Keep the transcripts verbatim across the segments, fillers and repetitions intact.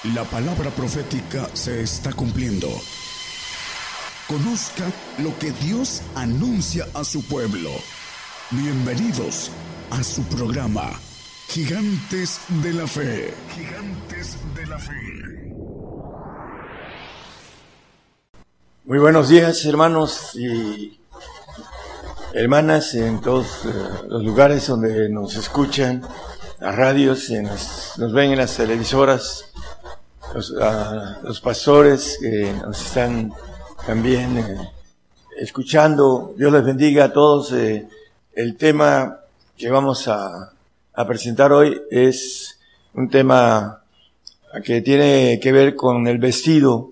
La palabra profética se está cumpliendo. Conozca lo que Dios anuncia a su pueblo. Bienvenidos a su programa, Gigantes de la Fe. Gigantes de la Fe. Muy buenos días, hermanos y hermanas en todos eh, los lugares donde nos escuchan, las radios, y nos, nos ven en las televisoras, los, uh, los pastores que nos están también eh, escuchando. Dios les bendiga a todos. Eh, el tema que vamos a, a presentar hoy es un tema que tiene que ver con el vestido.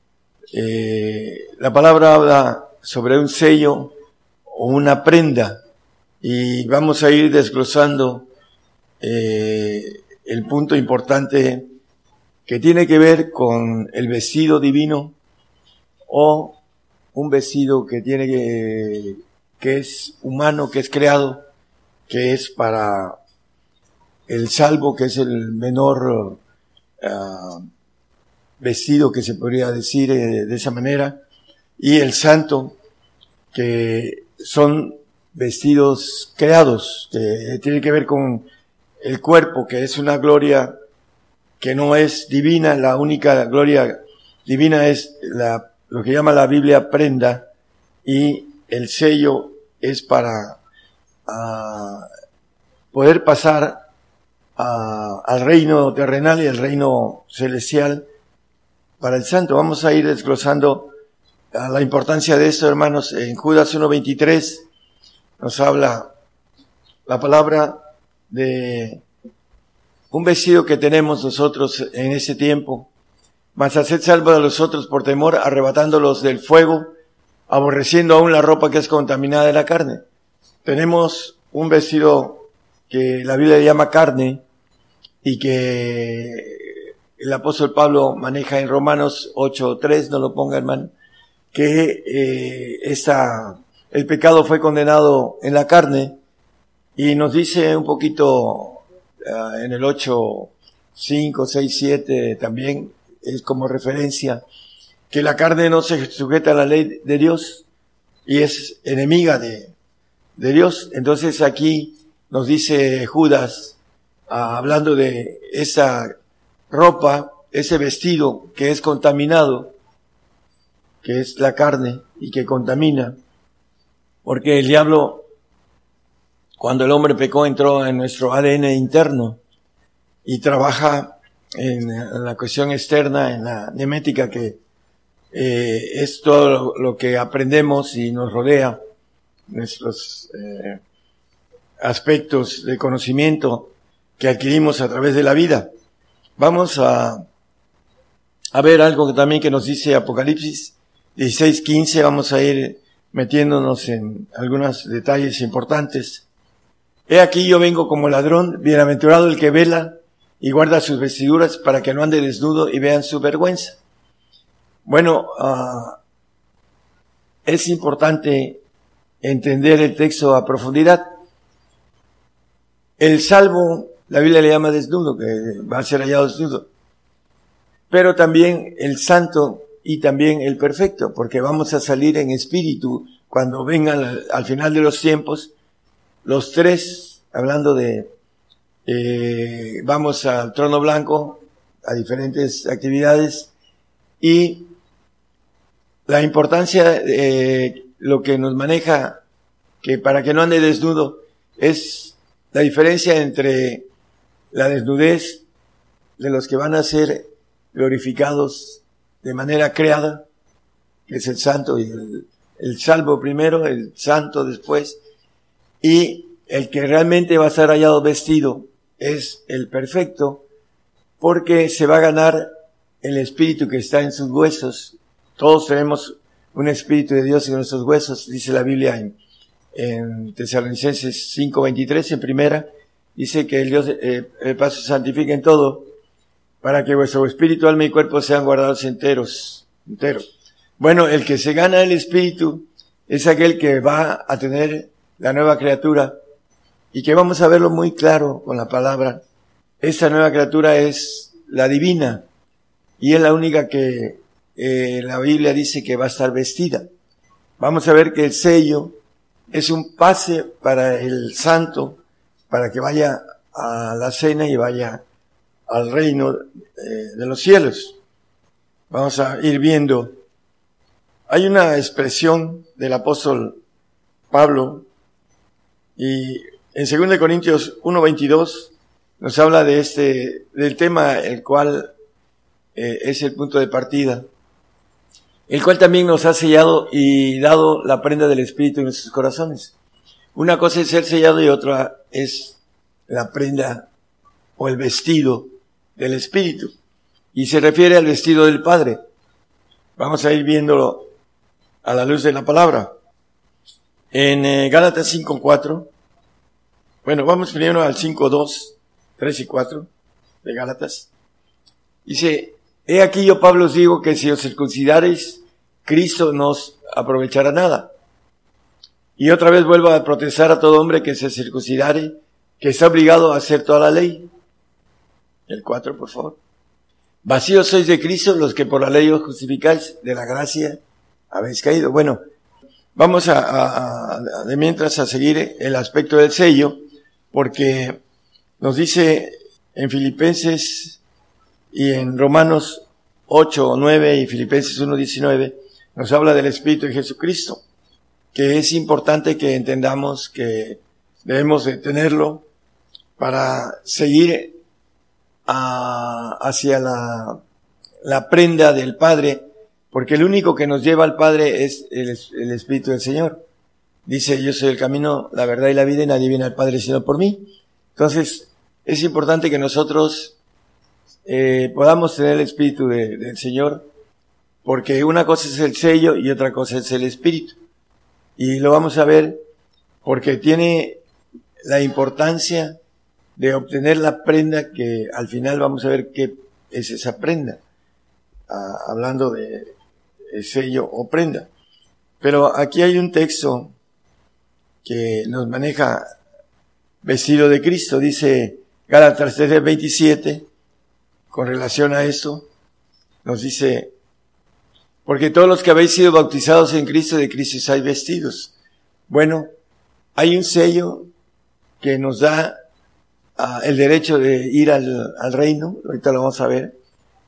Eh, la palabra habla sobre un sello o una prenda, y vamos a ir desglosando eh, el punto importante que tiene que ver con el vestido divino, o un vestido que tiene que, que es humano, que es creado, que es para el salvo, que es el menor uh, vestido que se podría decir eh, de esa manera, y el santo, que son vestidos creados, que tiene que ver con el cuerpo, que es una gloria que no es divina. La única gloria divina es la, lo que llama la Biblia prenda, y el sello es para uh, poder pasar uh, al reino terrenal y al reino celestial para el santo. Vamos a ir desglosando uh, la importancia de esto, hermanos. En Judas uno veintitrés nos habla la palabra de un vestido que tenemos nosotros en ese tiempo. Mas haced salvo a los otros por temor, arrebatándolos del fuego, aborreciendo aún la ropa que es contaminada de la carne. Tenemos un vestido que la Biblia llama carne, y que el apóstol Pablo maneja en Romanos ocho tres, no lo ponga, hermano, que eh, esta, el pecado fue condenado en la carne, y nos dice un poquito Uh, en el ocho, cinco, seis, siete también es como referencia que la carne no se sujeta a la ley de Dios y es enemiga de, de Dios. Entonces aquí nos dice Judas, uh, hablando de esa ropa, ese vestido que es contaminado, que es la carne y que contamina, porque el diablo, cuando el hombre pecó, entró en nuestro A D N interno y trabaja en, en la cuestión externa, en la nemética, que eh, es todo lo, lo que aprendemos y nos rodea, nuestros eh, aspectos de conocimiento que adquirimos a través de la vida. Vamos a, a ver algo que también que nos dice Apocalipsis dieciséis quince. Vamos a ir metiéndonos en algunos detalles importantes. He aquí yo vengo como ladrón, bienaventurado el que vela y guarda sus vestiduras para que no ande desnudo y vean su vergüenza. Bueno, uh, es importante entender el texto a profundidad. El salvo, la Biblia le llama desnudo, que va a ser hallado desnudo. Pero también el santo y también el perfecto, porque vamos a salir en espíritu cuando vengan al, al final de los tiempos. Los tres, hablando de, eh, vamos al trono blanco, a diferentes actividades, y la importancia, eh, lo que nos maneja, que para que no ande desnudo, es la diferencia entre la desnudez de los que van a ser glorificados de manera creada, que es el santo y el, el salvo primero, el santo después, y el que realmente va a ser hallado vestido es el perfecto, porque se va a ganar el espíritu que está en sus huesos. Todos tenemos un espíritu de Dios en nuestros huesos, dice la Biblia en, en Tesalonicenses cinco veintitrés, en primera, dice que el Dios, eh, el paso santifica en todo, para que vuestro espíritu, alma y cuerpo sean guardados enteros, enteros. Bueno, el que se gana el espíritu es aquel que va a tener la nueva criatura, y que vamos a verlo muy claro con la palabra. Esta nueva criatura es la divina, y es la única que eh, la Biblia dice que va a estar vestida. Vamos a ver que el sello es un pase para el santo, para que vaya a la cena y vaya al reino eh, de los cielos. Vamos a ir viendo. Hay una expresión del apóstol Pablo, y en segunda de Corintios uno veintidós nos habla de este, del tema el cual eh, es el punto de partida, el cual también nos ha sellado y dado la prenda del Espíritu en nuestros corazones. Una cosa es ser sellado y otra es la prenda o el vestido del Espíritu. Y se refiere al vestido del Padre. Vamos a ir viéndolo a la luz de la palabra. En eh, Gálatas cinco cuatro, bueno, vamos primero al cinco dos, tres y cuatro de Gálatas. Dice, he aquí yo, Pablo, os digo que si os circuncidareis, Cristo no os aprovechará nada. Y otra vez vuelvo a protestar a todo hombre que se circuncidare, que está obligado a hacer toda la ley. El cuatro, por favor. Vacíos sois de Cristo los que por la ley os justificáis, de la gracia habéis caído. Bueno, vamos a, a, a de mientras a seguir el aspecto del sello, porque nos dice en Filipenses y en Romanos ocho nueve y Filipenses uno diecinueve, nos habla del Espíritu de Jesucristo, que es importante que entendamos que debemos de tenerlo para seguir a, hacia la, la prenda del Padre, porque el único que nos lleva al Padre es el, el Espíritu del Señor. Dice, yo soy el camino, la verdad y la vida, y nadie viene al Padre sino por mí. Entonces, es importante que nosotros eh, podamos tener el Espíritu de, del Señor, porque una cosa es el sello y otra cosa es el Espíritu. Y lo vamos a ver porque tiene la importancia de obtener la prenda, que al final vamos a ver qué es esa prenda, ah, hablando de, de sello o prenda. Pero aquí hay un texto que nos maneja vestido de Cristo, dice Gálatas tres veintisiete, con relación a esto, nos dice, porque todos los que habéis sido bautizados en Cristo, de Cristo estáis vestidos. Bueno, hay un sello que nos da uh, el derecho de ir al, al reino, ahorita lo vamos a ver,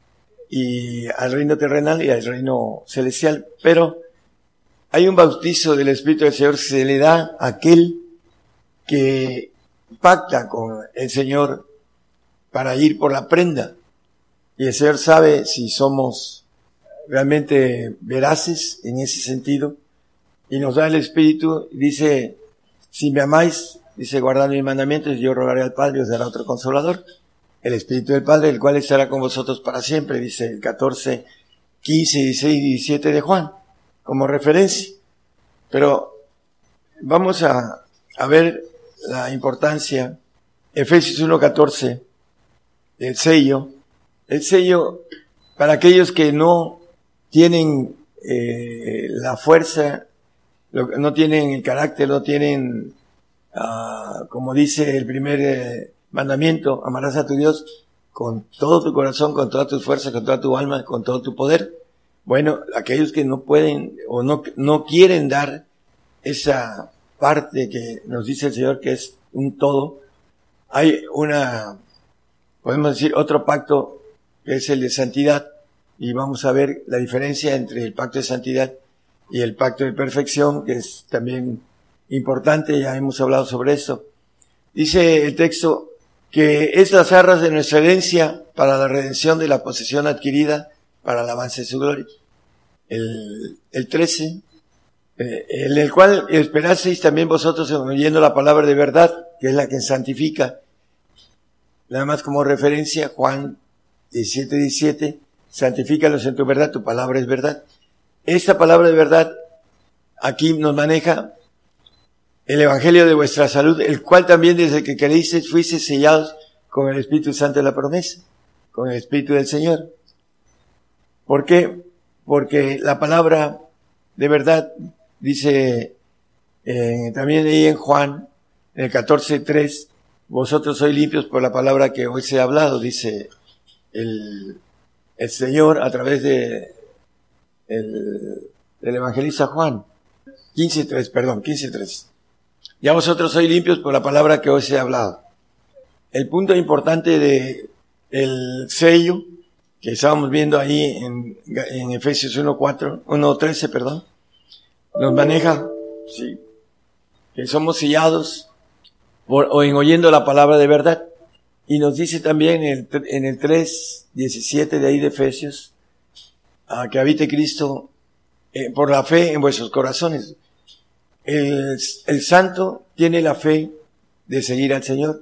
y al reino terrenal y al reino celestial, pero hay un bautizo del Espíritu del Señor que se le da a aquel que pacta con el Señor para ir por la prenda, y el Señor sabe si somos realmente veraces en ese sentido, y nos da el Espíritu. Dice, si me amáis, dice, guardad mis mandamientos, yo rogaré al Padre y os dará otro Consolador, el Espíritu del Padre, el cual estará con vosotros para siempre, dice el catorce, quince, dieciséis y diecisiete de Juan, como referencia. Pero vamos a, a ver la importancia. Efesios uno catorce, el sello. El sello, para aquellos que no tienen eh, la fuerza, no tienen el carácter, no tienen, uh, como dice el primer eh, mandamiento, amarás a tu Dios con todo tu corazón, con todas tus fuerzas, con toda tu alma, con todo tu poder. Bueno, aquellos que no pueden o no, no quieren dar esa parte que nos dice el Señor que es un todo, hay una, podemos decir, otro pacto que es el de santidad, y vamos a ver la diferencia entre el pacto de santidad y el pacto de perfección, que es también importante, ya hemos hablado sobre eso. Dice el texto que es las arras de nuestra herencia para la redención de la posesión adquirida para el avance de su gloria. El, el trece, eh, en el cual esperasteis también vosotros oyendo la palabra de verdad, que es la que santifica. Nada más como referencia, Juan diecisiete diecisiete, santifícalos en tu verdad, tu palabra es verdad. Esta palabra de verdad aquí nos maneja el evangelio de vuestra salud, el cual también desde que creísteis fuisteis sellados con el Espíritu Santo de la promesa, con el Espíritu del Señor. ¿Por qué? Porque la palabra de verdad, dice eh, también ahí en Juan, en el catorce tres, vosotros sois limpios por la palabra que hoy se ha hablado, dice el, el Señor a través de el, del evangelista Juan. quince tres, perdón, quince tres. Ya vosotros sois limpios por la palabra que os he hablado. El punto importante de el sello que estábamos viendo ahí en, en Efesios uno cuatro, uno trece, perdón, nos maneja, sí, que somos sellados por, o en oyendo la palabra de verdad. Y nos dice también en el, en el tres diecisiete de ahí de Efesios, a que habite Cristo eh, por la fe en vuestros corazones. El, el santo tiene la fe de seguir al Señor.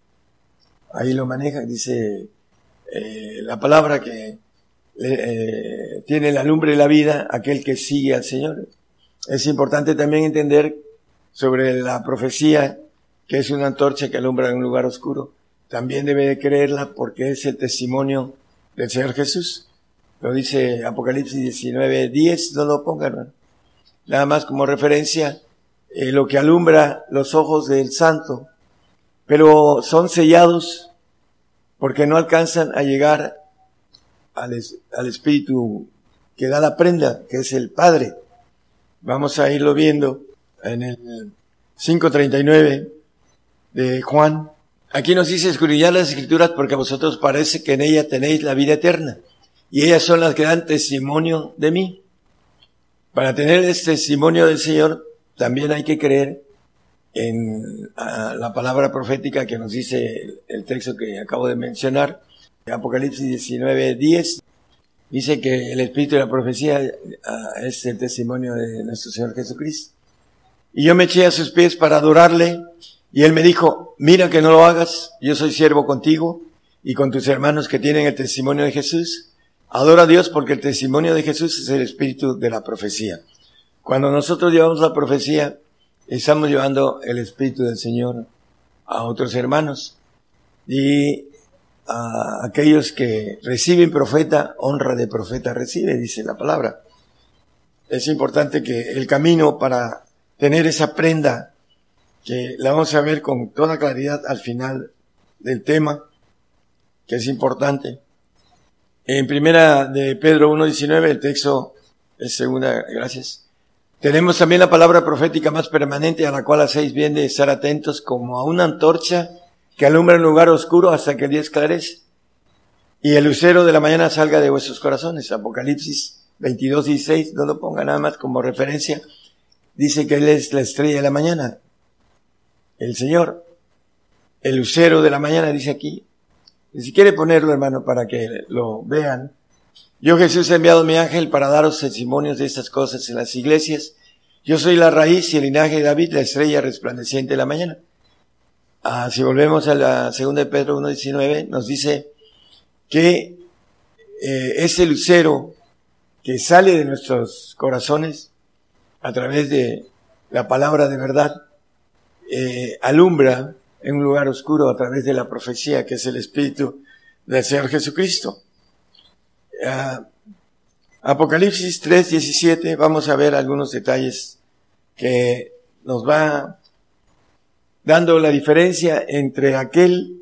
Ahí lo maneja, dice eh, la palabra que eh, tiene la lumbre de la vida, aquel que sigue al Señor. Es importante también entender sobre la profecía, que es una antorcha que alumbra en un lugar oscuro. También debe de creerla porque es el testimonio del Señor Jesús. Lo dice Apocalipsis diecinueve diez, no lo pongan, ¿no? Nada más como referencia, eh, lo que alumbra los ojos del santo, pero son sellados porque no alcanzan a llegar al, es, al Espíritu que da la prenda, que es el Padre. Vamos a irlo viendo en el cinco treinta y nueve de Juan. Aquí nos dice: escudriñad las Escrituras porque a vosotros parece que en ellas tenéis la vida eterna, y ellas son las que dan testimonio de mí. Para tener el testimonio del Señor, también hay que creer en a, la palabra profética que nos dice el, el texto que acabo de mencionar, Apocalipsis diecinueve diez. Dice que el espíritu de la profecía uh, es el testimonio de nuestro Señor Jesucristo. Y yo me eché a sus pies para adorarle, y él me dijo: mira que no lo hagas, yo soy siervo contigo y con tus hermanos que tienen el testimonio de Jesús. Adora a Dios porque el testimonio de Jesús es el espíritu de la profecía. Cuando nosotros llevamos la profecía, estamos llevando el espíritu del Señor a otros hermanos. Y a aquellos que reciben profeta, honra de profeta recibe, dice la palabra. Es importante que el camino para tener esa prenda, que la vamos a ver con toda claridad al final del tema, que es importante. En primera de Pedro uno diecinueve, el texto es segunda, gracias. Tenemos también la palabra profética más permanente, a la cual hacéis bien de estar atentos como a una antorcha que alumbra un lugar oscuro hasta que el día esclarece y el lucero de la mañana salga de vuestros corazones. Apocalipsis veintidós dieciséis, no lo ponga nada más como referencia. Dice que Él es la estrella de la mañana, el Señor, el lucero de la mañana, dice aquí. Y si quiere ponerlo, hermano, para que lo vean. Yo, Jesús, he enviado mi ángel para daros testimonios de estas cosas en las iglesias. Yo soy la raíz y el linaje de David, la estrella resplandeciente de la mañana. Ah, si volvemos a la segunda de Pedro uno diecinueve, nos dice que eh, ese lucero que sale de nuestros corazones a través de la palabra de verdad, eh, alumbra en un lugar oscuro a través de la profecía, que es el Espíritu del Señor Jesucristo. Uh, Apocalipsis tres diecisiete, vamos a ver algunos detalles que nos va dando la diferencia entre aquel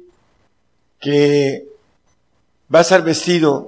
que va a ser vestido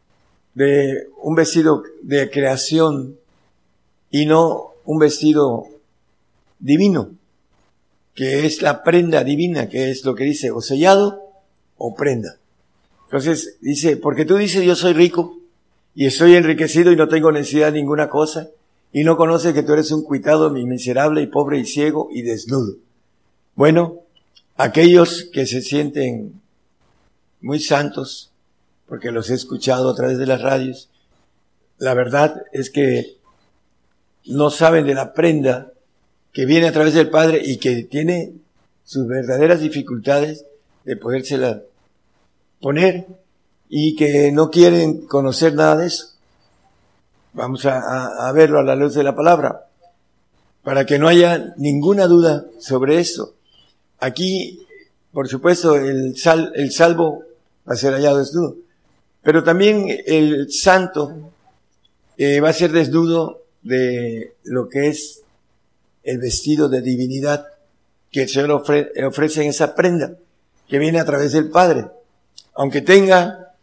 de un vestido de creación y no un vestido divino, que es la prenda divina, que es lo que dice, o sellado o prenda. Entonces dice: porque tú dices, yo soy rico y estoy enriquecido y no tengo necesidad de ninguna cosa, y no conoces que tú eres un cuitado, miserable y pobre y ciego y desnudo. Bueno, aquellos que se sienten muy santos, porque los he escuchado a través de las radios, la verdad es que no saben de la prenda que viene a través del Padre y que tiene sus verdaderas dificultades de podérsela poner, y que no quieren conocer nada de eso. Vamos a, a, a verlo a la luz de la palabra, para que no haya ninguna duda sobre esto. Aquí, por supuesto, el, sal, el salvo va a ser hallado desnudo, pero también el santo eh, va a ser desnudo de lo que es el vestido de divinidad que el Señor ofre, ofrece en esa prenda que viene a través del Padre. Aunque tenga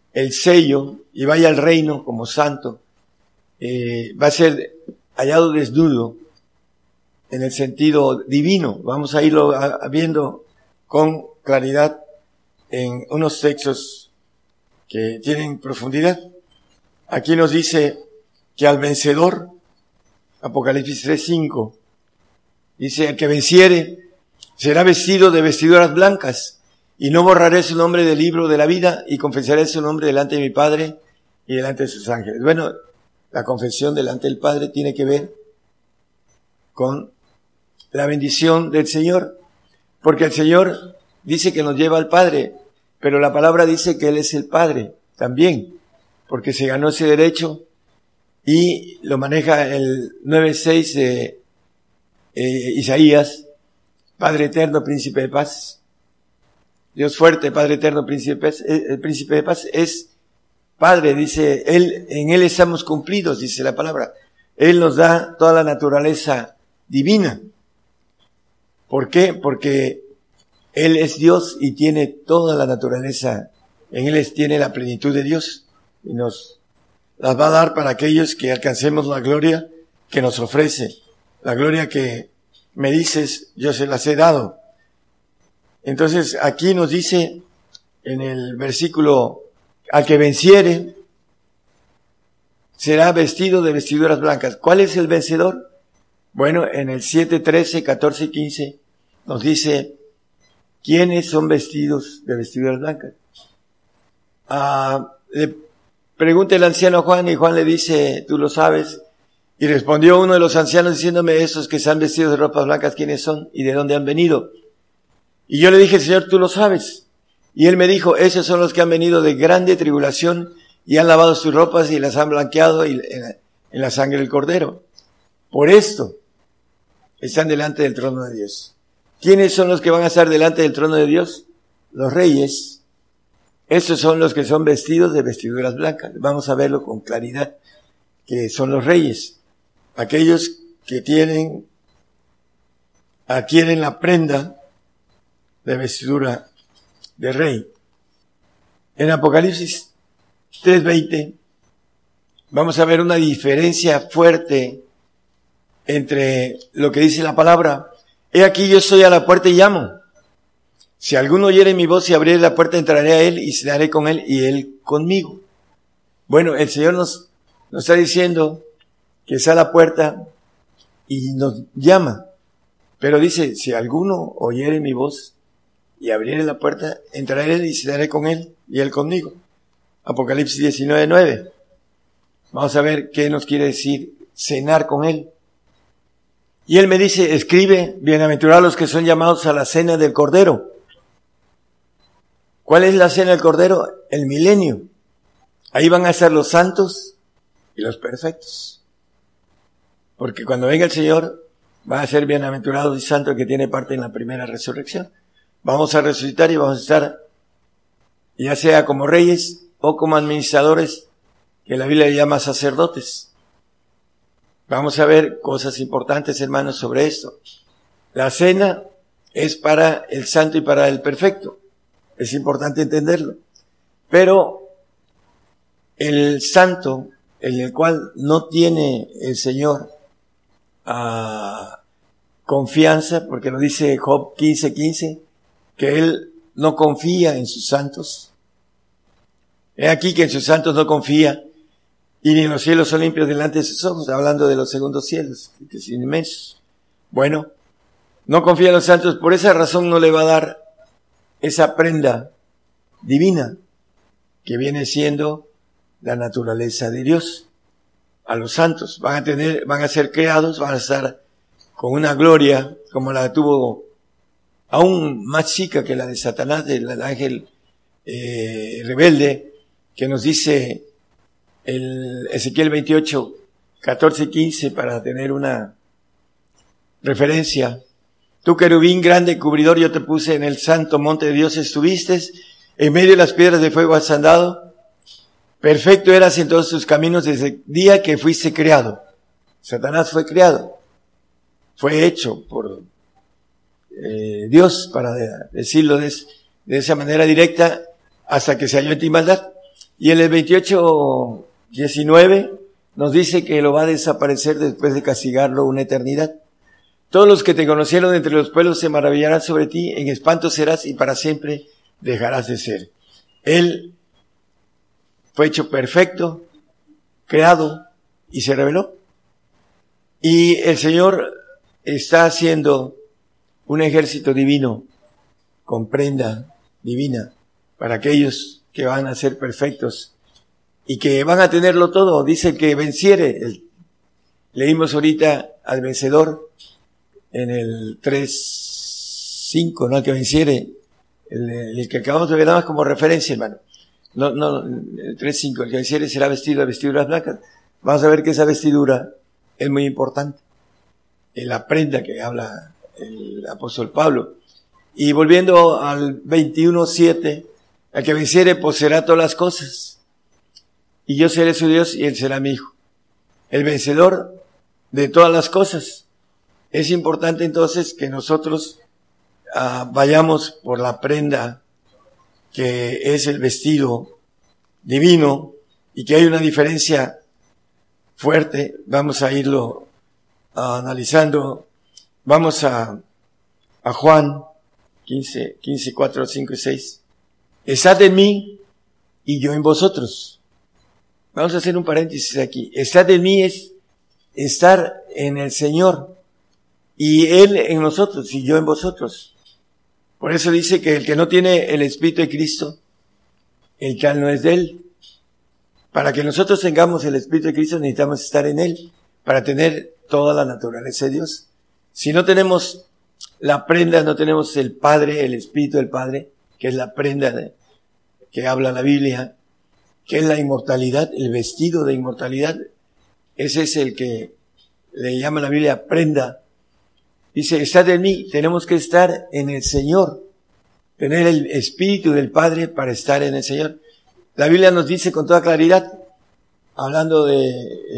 el sello y vaya al reino como santo, eh, va a ser hallado desnudo en el sentido divino. Vamos a irlo a, a viendo con claridad en unos textos que tienen profundidad. Aquí nos dice que al vencedor, Apocalipsis tres cinco, dice: el que venciere será vestido de vestiduras blancas, y no borraré su nombre del libro de la vida, y confesaré su nombre delante de mi Padre y delante de sus ángeles. Bueno, la confesión delante del Padre tiene que ver con la bendición del Señor, porque el Señor dice que nos lleva al Padre, pero la palabra dice que Él es el Padre también, porque se ganó ese derecho y lo maneja el nueve seis de eh, Isaías: Padre eterno, príncipe de paz. Dios fuerte, Padre eterno, príncipe de paz. El príncipe de paz es Padre, dice Él, en Él estamos cumplidos, dice la palabra. Él nos da toda la naturaleza divina. ¿Por qué? Porque Él es Dios y tiene toda la naturaleza. En Él tiene la plenitud de Dios y nos las va a dar para aquellos que alcancemos la gloria que nos ofrece. La gloria que me dices, yo se las he dado. Entonces aquí nos dice en el versículo: al que venciere será vestido de vestiduras blancas. ¿Cuál es el vencedor? Bueno, en el siete, trece, catorce y quince nos dice quiénes son vestidos de vestiduras blancas. Ah, le pregunta el anciano a Juan y Juan le dice: tú lo sabes. Y respondió uno de los ancianos diciéndome: esos que se han vestido de ropas blancas, ¿quiénes son y de dónde han venido? Y yo le dije: Señor, tú lo sabes. Y él me dijo: esos son los que han venido de grande tribulación y han lavado sus ropas y las han blanqueado en la, en la sangre del Cordero. Por esto están delante del trono de Dios. ¿Quiénes son los que van a estar delante del trono de Dios? Los reyes. Esos son los que son vestidos de vestiduras blancas. Vamos a verlo con claridad, que son los reyes. Aquellos que tienen, adquieren la prenda de vestidura de rey. En Apocalipsis tres veinte vamos a ver una diferencia fuerte entre lo que dice la palabra: he aquí yo estoy a la puerta y llamo. Si alguno oyere mi voz y abriere la puerta, entraré a él y cenaré con él y él conmigo. Bueno, el Señor nos, nos está diciendo que está a la puerta y nos llama. Pero dice: si alguno oyere mi voz y abriere la puerta, entraré a él y cenaré con él y él conmigo. Apocalipsis diecinueve nueve. Vamos a ver qué nos quiere decir cenar con él. Y él me dice: escribe, bienaventurados los que son llamados a la cena del Cordero. ¿Cuál es la cena del Cordero? El milenio. Ahí van a estar los santos y los perfectos. Porque cuando venga el Señor, va a ser bienaventurado y santo el que tiene parte en la primera resurrección. Vamos a resucitar y vamos a estar, ya sea como reyes o como administradores, que la Biblia llama sacerdotes. Vamos a ver cosas importantes, hermanos, sobre esto. La cena es para el santo y para el perfecto. Es importante entenderlo. Pero el santo, en el cual no tiene el Señor uh, confianza, porque lo dice Job quince quince, que Él no confía en sus santos. He aquí que en sus santos no confía, y ni los cielos son limpios delante de sus ojos, hablando de los segundos cielos, que son inmensos. Bueno, no confía en los santos, por esa razón no le va a dar esa prenda divina, que viene siendo la naturaleza de Dios. A los santos van a tener, van a ser creados, van a estar con una gloria como la tuvo, aún más chica que la de Satanás, del ángel eh, rebelde, que nos dice el Ezequiel veintiocho, catorce y quince, para tener una referencia. Tú, querubín grande cubridor, yo te puse en el santo monte de Dios, estuviste, en medio de las piedras de fuego has andado, perfecto eras en todos tus caminos desde el día que fuiste creado. Satanás fue creado, fue hecho por eh, Dios, para decirlo de, de esa manera directa, hasta que se halló en ti maldad. Y en el veintiocho diecinueve nos dice que lo va a desaparecer después de castigarlo una eternidad. Todos los que te conocieron entre los pueblos se maravillarán sobre ti, en espanto serás y para siempre dejarás de ser. Él fue hecho perfecto, creado y se reveló. Y el Señor está haciendo un ejército divino con prenda divina para aquellos que van a ser perfectos y que van a tenerlo todo. Dice que venciere. El, leímos ahorita al vencedor en el tres cinco, ¿no? El que venciere, el, el que acabamos de ver nada más como referencia, hermano. No, no, el tres cinco, el que venciere será vestido de vestiduras blancas. Vamos a ver que esa vestidura es muy importante. En la prenda que habla el apóstol Pablo. Y volviendo al veintiuno siete, el que venciere poseerá todas las cosas. Y yo seré su Dios y él será mi hijo. El vencedor de todas las cosas. Es importante entonces que nosotros uh, vayamos por la prenda que es el vestido divino y que hay una diferencia fuerte. Vamos a irlo uh, analizando. Vamos a, a Juan quince, quince, cuatro, cinco y seis. Estad en mí y yo en vosotros. Vamos a hacer un paréntesis aquí. Estad en mí es estar en el Señor y Él en nosotros y yo en vosotros. Por eso dice que el que no tiene el Espíritu de Cristo, el tal no es de Él. Para que nosotros tengamos el Espíritu de Cristo necesitamos estar en Él para tener toda la naturaleza de Dios. Si no tenemos la prenda, no tenemos el Padre, el Espíritu del Padre, que es la prenda de, que habla la Biblia, que es la inmortalidad, el vestido de inmortalidad. Ese es el que le llama la Biblia prenda. Dice, estad en mí, tenemos que estar en el Señor, tener el Espíritu del Padre para estar en el Señor. La Biblia nos dice con toda claridad, hablando de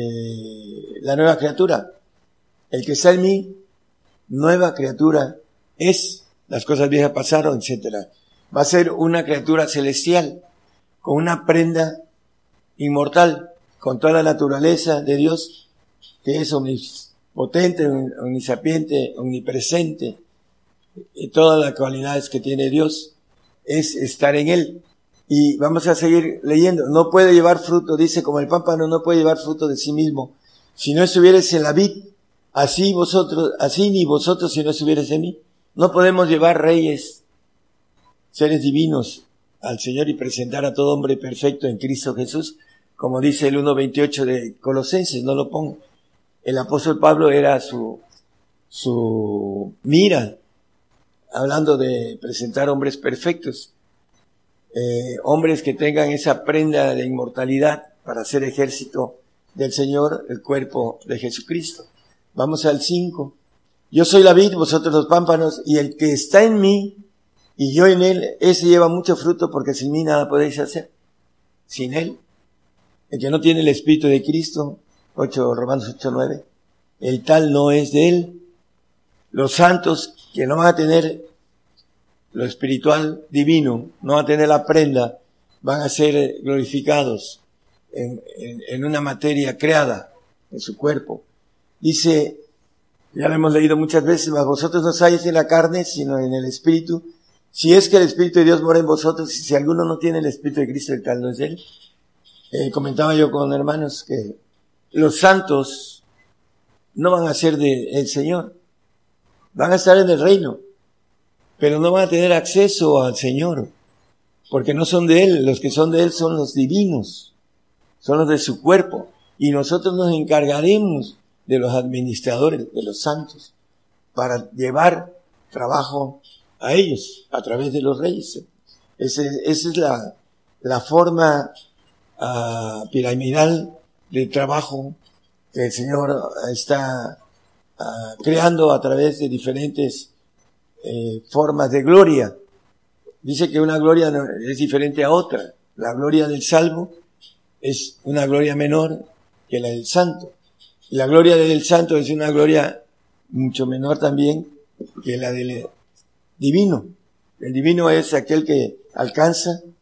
eh, la nueva criatura, el que está en mí, nueva criatura es, las cosas viejas pasaron, etcétera. Va a ser una criatura celestial, con una prenda inmortal, con toda la naturaleza de Dios, que es omnipotente, omnisapiente, omnipresente, y todas las cualidades que tiene Dios, es estar en Él. Y vamos a seguir leyendo. No puede llevar fruto, dice, como el pámpano no puede llevar fruto de sí mismo, si no estuvieres en la vid. Así vosotros, así ni vosotros si no estuvierais en mí. No podemos llevar reyes, seres divinos al Señor y presentar a todo hombre perfecto en Cristo Jesús, como dice el uno veintiocho de Colosenses, no lo pongo. El apóstol Pablo era su, su mira, hablando de presentar hombres perfectos, eh, hombres que tengan esa prenda de inmortalidad para ser ejército del Señor, el cuerpo de Jesucristo. Vamos al cinco. Yo soy la vid, vosotros los pámpanos, y el que está en mí, y yo en él, ese lleva mucho fruto, porque sin mí nada podéis hacer. Sin él. El que no tiene el Espíritu de Cristo, ocho, Romanos ocho, nueve, el tal no es de él. Los santos que no van a tener lo espiritual divino, no van a tener la prenda, van a ser glorificados en, en, en una materia creada en su cuerpo. Dice, ya lo hemos leído muchas veces, mas vosotros no estáis en la carne, sino en el Espíritu. Si es que el Espíritu de Dios mora en vosotros, y si alguno no tiene el Espíritu de Cristo, el tal no es de él. Eh, comentaba yo con hermanos que los santos no van a ser del Señor. Van a estar en el reino, pero no van a tener acceso al Señor, porque no son de Él. Los que son de Él son los divinos, son los de su cuerpo, y nosotros nos encargaremos de los administradores, de los santos, para llevar trabajo a ellos, a través de los reyes. Ese, esa es la, la forma uh, piramidal de trabajo que el Señor está uh, creando a través de diferentes eh, formas de gloria. Dice que una gloria es diferente a otra. La gloria del salvo es una gloria menor que la del santo. Y la gloria del santo es una gloria mucho menor también que la del divino. El divino es aquel que alcanza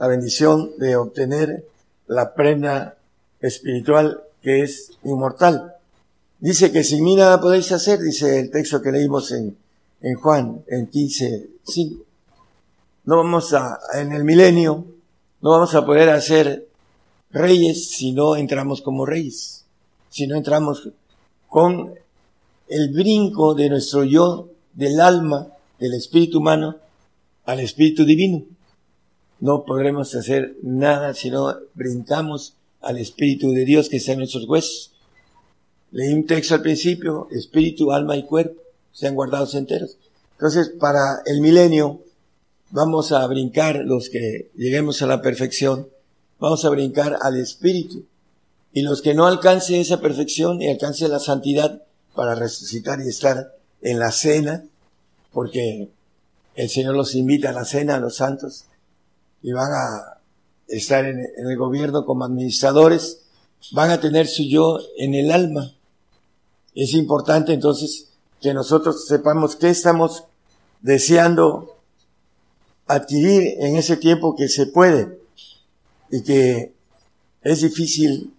la bendición de obtener la prenda espiritual que es inmortal. Dice que sin mí nada podéis hacer, dice el texto que leímos en, en Juan, en quince cinco. No vamos a, en el milenio, no vamos a poder hacer reyes si no entramos como reyes, si no entramos con el brinco de nuestro yo, del alma, del espíritu humano, al espíritu divino. No podremos hacer nada si no brincamos al espíritu de Dios que está en nuestros huesos. Leí un texto al principio, espíritu, alma y cuerpo sean guardados enteros. Entonces, para el milenio, vamos a brincar, los que lleguemos a la perfección, vamos a brincar al espíritu. Y los que no alcancen esa perfección y alcancen la santidad para resucitar y estar en la cena, porque el Señor los invita a la cena a los santos, y van a estar en, en el gobierno como administradores, van a tener su yo en el alma. Es importante entonces que nosotros sepamos qué estamos deseando adquirir en ese tiempo que se puede y que es difícil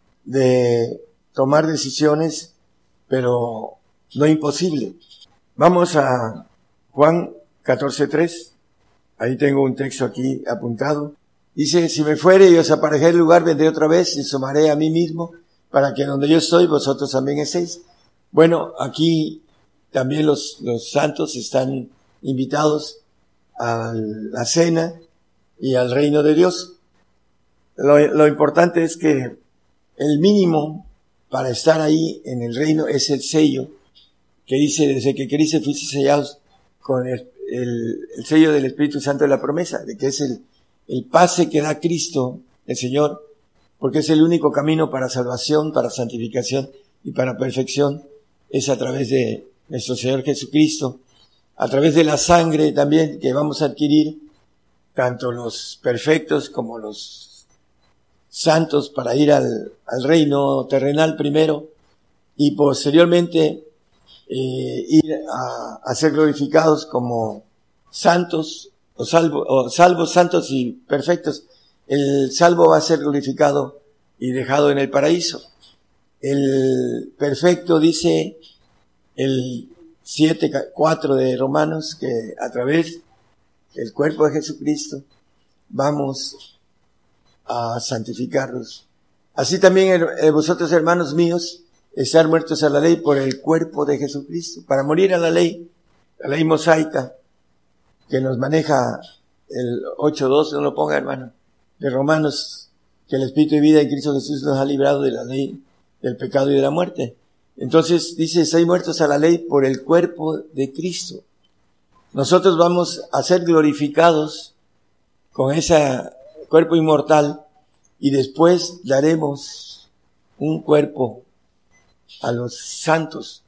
de tomar decisiones, pero no imposible. Vamos a Juan catorce tres. Ahí tengo un texto aquí apuntado. Dice, si me fuere y os aparejé el lugar, vendré otra vez y sumaré a mí mismo, para que donde yo estoy, vosotros también estéis. Bueno, aquí también los, los santos están invitados a la cena y al reino de Dios. Lo, lo importante es que el mínimo para estar ahí en el reino es el sello, que dice, desde que queriste fuiste sellados con el El, el sello del Espíritu Santo de la promesa, de que es el, el pase que da Cristo, el Señor, porque es el único camino para salvación, para santificación y para perfección, es a través de nuestro Señor Jesucristo, a través de la sangre también que vamos a adquirir, tanto los perfectos como los santos, para ir al, al reino terrenal primero, y posteriormente Eh, ir a, a ser glorificados como santos o, salvo, o salvos, santos y perfectos. El salvo va a ser glorificado y dejado en el paraíso. El perfecto, dice el siete cuatro de Romanos, que a través del cuerpo de Jesucristo vamos a santificarlos. Así también eh, vosotros, hermanos míos, estar muertos a la ley por el cuerpo de Jesucristo, para morir a la ley, la ley mosaica, que nos maneja el ocho dos, no lo ponga, hermano, de Romanos, que el Espíritu de vida en Cristo Jesús nos ha librado de la ley del pecado y de la muerte. Entonces dice, estáis muertos a la ley por el cuerpo de Cristo. Nosotros vamos a ser glorificados con ese cuerpo inmortal y después daremos un cuerpo a los santos.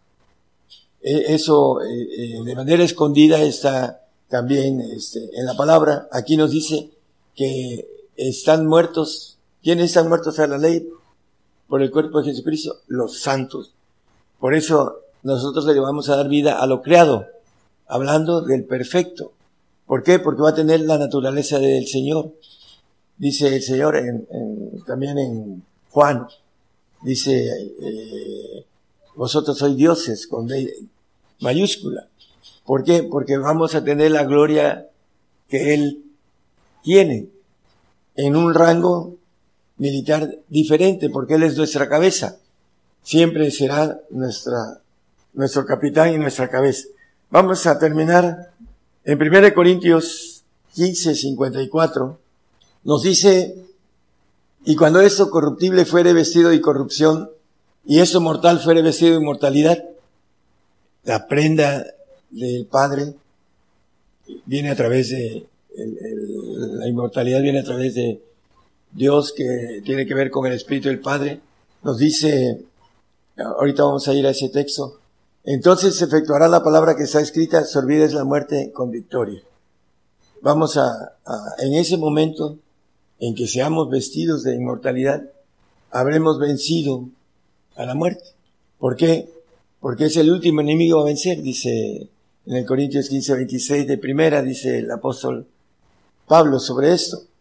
Eso eh, de manera escondida está también este, en la palabra. Aquí nos dice que están muertos. ¿Quiénes están muertos a la ley? Por el cuerpo de Jesucristo, los santos. Por eso nosotros le vamos a dar vida a lo creado, hablando del perfecto. ¿Por qué? Porque va a tener la naturaleza del Señor. Dice el Señor en, en, también en Juan, dice, eh, vosotros sois dioses, con D mayúscula. ¿Por qué? Porque vamos a tener la gloria que Él tiene en un rango militar diferente, porque Él es nuestra cabeza. Siempre será nuestra, nuestro capitán y nuestra cabeza. Vamos a terminar en primera Corintios quince, cincuenta y cuatro. Nos dice, y cuando esto corruptible fuere vestido de incorrupción, y esto mortal fuere vestido de inmortalidad, la prenda del Padre viene a través de, el, el, la inmortalidad viene a través de Dios, que tiene que ver con el Espíritu del Padre. Nos dice, ahorita vamos a ir a ese texto, entonces se efectuará la palabra que está escrita, sorbida es la muerte con victoria. Vamos a, a, en ese momento en que seamos vestidos de inmortalidad, habremos vencido a la muerte. ¿Por qué? Porque es el último enemigo a vencer, dice en el Corintios quince, veintiséis de primera, dice el apóstol Pablo sobre esto.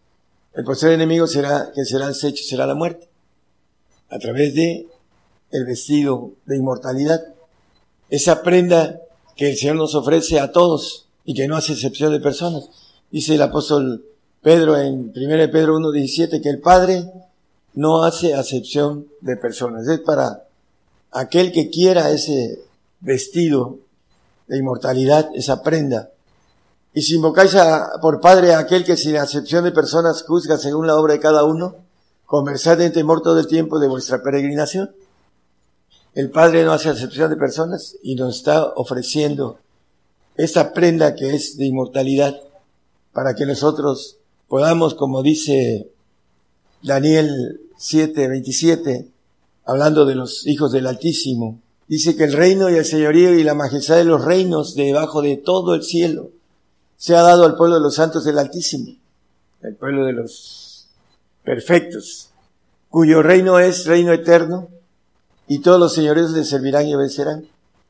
El postrer enemigo será, que será deshecho, será la muerte, a través de el vestido de inmortalidad. Esa prenda que el Señor nos ofrece a todos y que no hace excepción de personas. Dice el apóstol Pedro en primera de Pedro uno diecisiete que el Padre no hace acepción de personas. Es para aquel que quiera ese vestido de inmortalidad, esa prenda. Y si invocáis a, por Padre a aquel que sin acepción de personas juzga según la obra de cada uno, conversad en temor todo el tiempo de vuestra peregrinación. El Padre no hace acepción de personas y nos está ofreciendo esta prenda que es de inmortalidad para que nosotros podamos, como dice Daniel siete veintisiete, hablando de los hijos del Altísimo, dice que el reino y el señorío y la majestad de los reinos debajo de todo el cielo se ha dado al pueblo de los santos del Altísimo, el pueblo de los perfectos, cuyo reino es reino eterno, y todos los señores le servirán y obedecerán.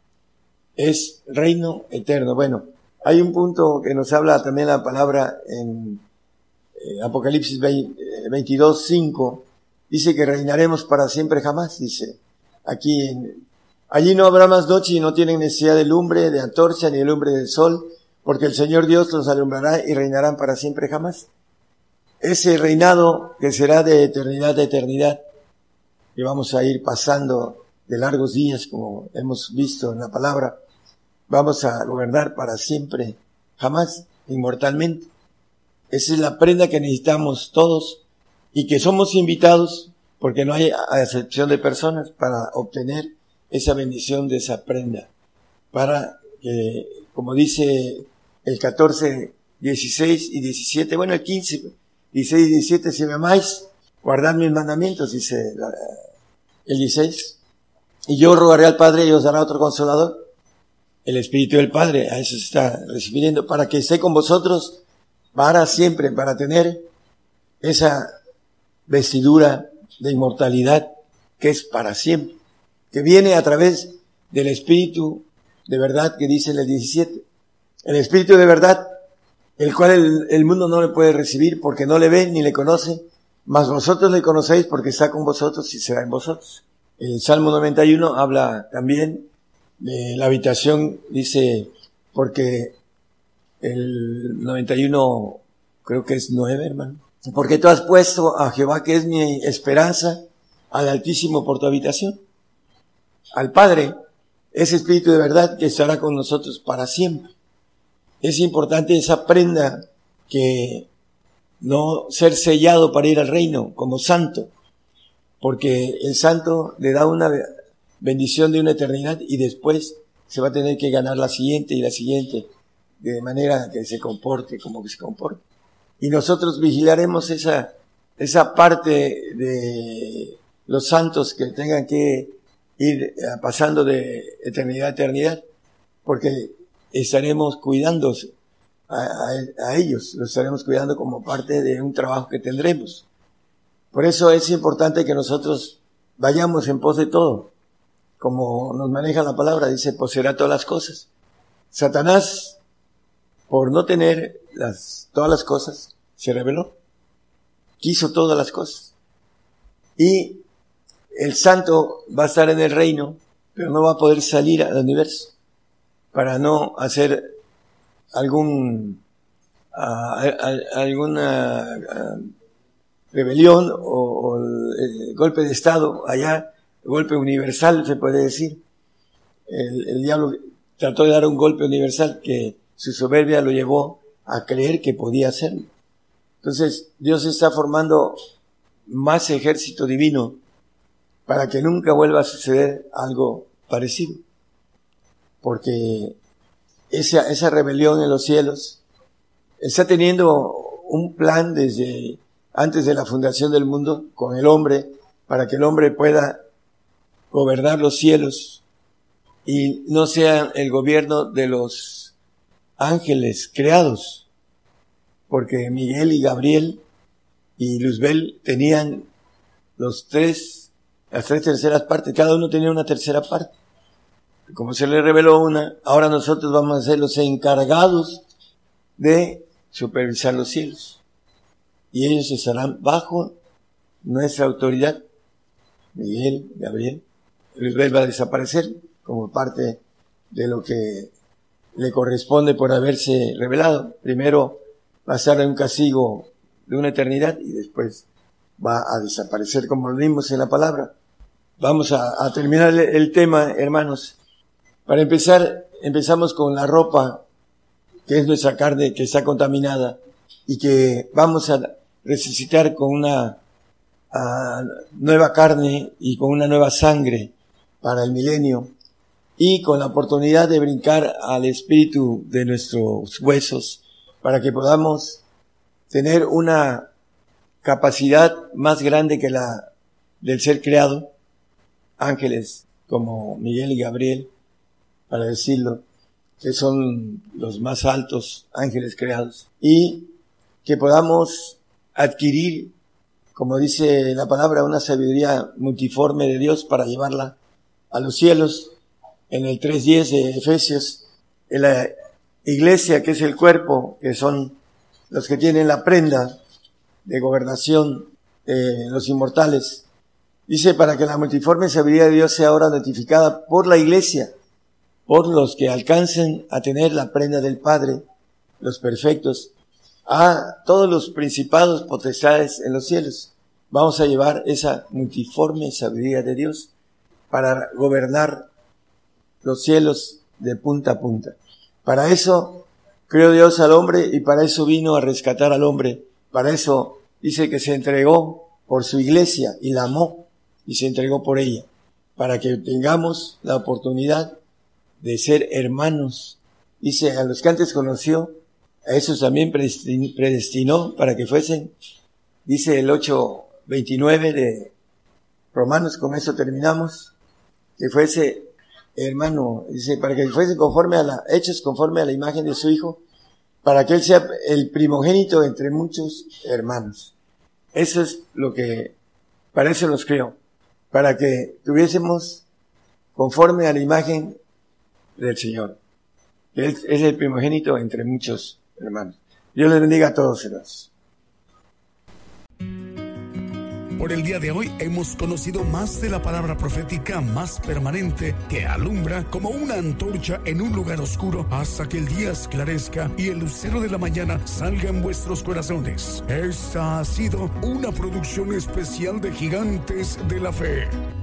Es reino eterno. Bueno, hay un punto que nos habla también la palabra en eh, Apocalipsis veintidós cinco, dice que reinaremos para siempre jamás, dice. Aquí, en, allí no habrá más noche y no tienen necesidad de lumbre, de antorcha, ni de lumbre del sol, porque el Señor Dios los alumbrará y reinarán para siempre jamás. Ese reinado que será de eternidad a eternidad, y vamos a ir pasando de largos días, como hemos visto en la palabra, vamos a gobernar para siempre, jamás, inmortalmente. Esa es la prenda que necesitamos todos y que somos invitados, porque no hay acepción de personas, para obtener esa bendición de esa prenda. Para que, como dice el catorce, dieciséis y diecisiete, bueno, el quince, dieciséis y diecisiete, si me amáis, guardad mis mandamientos, dice la, el dieciséis, y yo rogaré al Padre y os dará otro consolador, el Espíritu del Padre, a eso se está refiriendo, para que esté con vosotros para siempre, para tener esa vestidura de inmortalidad que es para siempre, que viene a través del Espíritu de verdad que dice en el diecisiete, el Espíritu de verdad, el cual el, el mundo no le puede recibir porque no le ve ni le conoce, mas vosotros le conocéis porque está con vosotros y será en vosotros. El Salmo noventa y uno habla también de la habitación, dice, porque el noventa y uno, creo que es nueve, hermano. Porque tú has puesto a Jehová, que es mi esperanza, al Altísimo por tu habitación. Al Padre, ese Espíritu de verdad que estará con nosotros para siempre. Es importante esa prenda que no ser sellado para ir al reino como santo, porque el santo le da una bendición de una eternidad y después se va a tener que ganar la siguiente y la siguiente, de manera que se comporte como que se comporte. Y nosotros vigilaremos esa, esa parte de los santos que tengan que ir pasando de eternidad a eternidad, porque estaremos cuidando a, a, a ellos, los estaremos cuidando como parte de un trabajo que tendremos. Por eso es importante que nosotros vayamos en pos de todo, como nos maneja la palabra, dice, poseerá todas las cosas. Satanás, por no tener las, todas las cosas, se rebeló, quiso todas las cosas. Y el santo va a estar en el reino, pero no va a poder salir al universo para no hacer algún a, a, alguna a, rebelión o, o el golpe de estado allá, el golpe universal se puede decir. El, el diablo trató de dar un golpe universal que su soberbia lo llevó a creer que podía hacerlo. Entonces Dios está formando más ejército divino para que nunca vuelva a suceder algo parecido. Porque esa, esa rebelión en los cielos está teniendo un plan desde antes de la fundación del mundo con el hombre, para que el hombre pueda gobernar los cielos y no sea el gobierno de los ángeles creados, porque Miguel y Gabriel y Luzbel tenían los tres, las tres terceras partes, cada uno tenía una tercera parte. Como se le reveló una, ahora nosotros vamos a ser los encargados de supervisar los cielos. y ellos estarán bajo nuestra autoridad. Miguel, Gabriel, Luis va a desaparecer como parte de lo que le corresponde por haberse revelado. Primero va a estar en un castigo de una eternidad y después va a desaparecer, como lo vimos en la palabra. Vamos a, a terminar el, el tema, hermanos. Para empezar, empezamos con la ropa, que es nuestra carne, que está contaminada, y que vamos a resucitar con una a, nueva carne y con una nueva sangre para el milenio, y con la oportunidad de brincar al espíritu de nuestros huesos, para que podamos tener una capacidad más grande que la del ser creado, ángeles como Miguel y Gabriel, para decirlo, que son los más altos ángeles creados, y que podamos adquirir, como dice la palabra, una sabiduría multiforme de Dios para llevarla a los cielos. En el tres diez de Efesios, en la iglesia, que es el cuerpo, que son los que tienen la prenda de gobernación, eh, los inmortales, dice, para que la multiforme sabiduría de Dios sea ahora notificada por la iglesia, por los que alcancen a tener la prenda del Padre, los perfectos, a todos los principados, potestades en los cielos. Vamos a llevar esa multiforme sabiduría de Dios para gobernar los cielos de punta a punta. Para eso creó Dios al hombre y para eso vino a rescatar al hombre. Para eso dice que se entregó por su iglesia y la amó y se entregó por ella, para que tengamos la oportunidad de ser hermanos. Dice, a los que antes conoció, a esos también predestinó para que fuesen, dice el ocho veintinueve de Romanos, con eso terminamos, que fuese hermano, dice, para que fuesen conforme a la, hechos conforme a la imagen de su Hijo, para que Él sea el primogénito entre muchos hermanos. Eso es lo que, para eso los creó, para que tuviésemos conforme a la imagen del Señor. Él es el primogénito entre muchos hermanos. Dios les bendiga a todos, hermanos. Por el día de hoy hemos conocido más de la palabra profética más permanente que alumbra como una antorcha en un lugar oscuro hasta que el día esclarezca y el lucero de la mañana salga en vuestros corazones. Esta ha sido una producción especial de Gigantes de la Fe.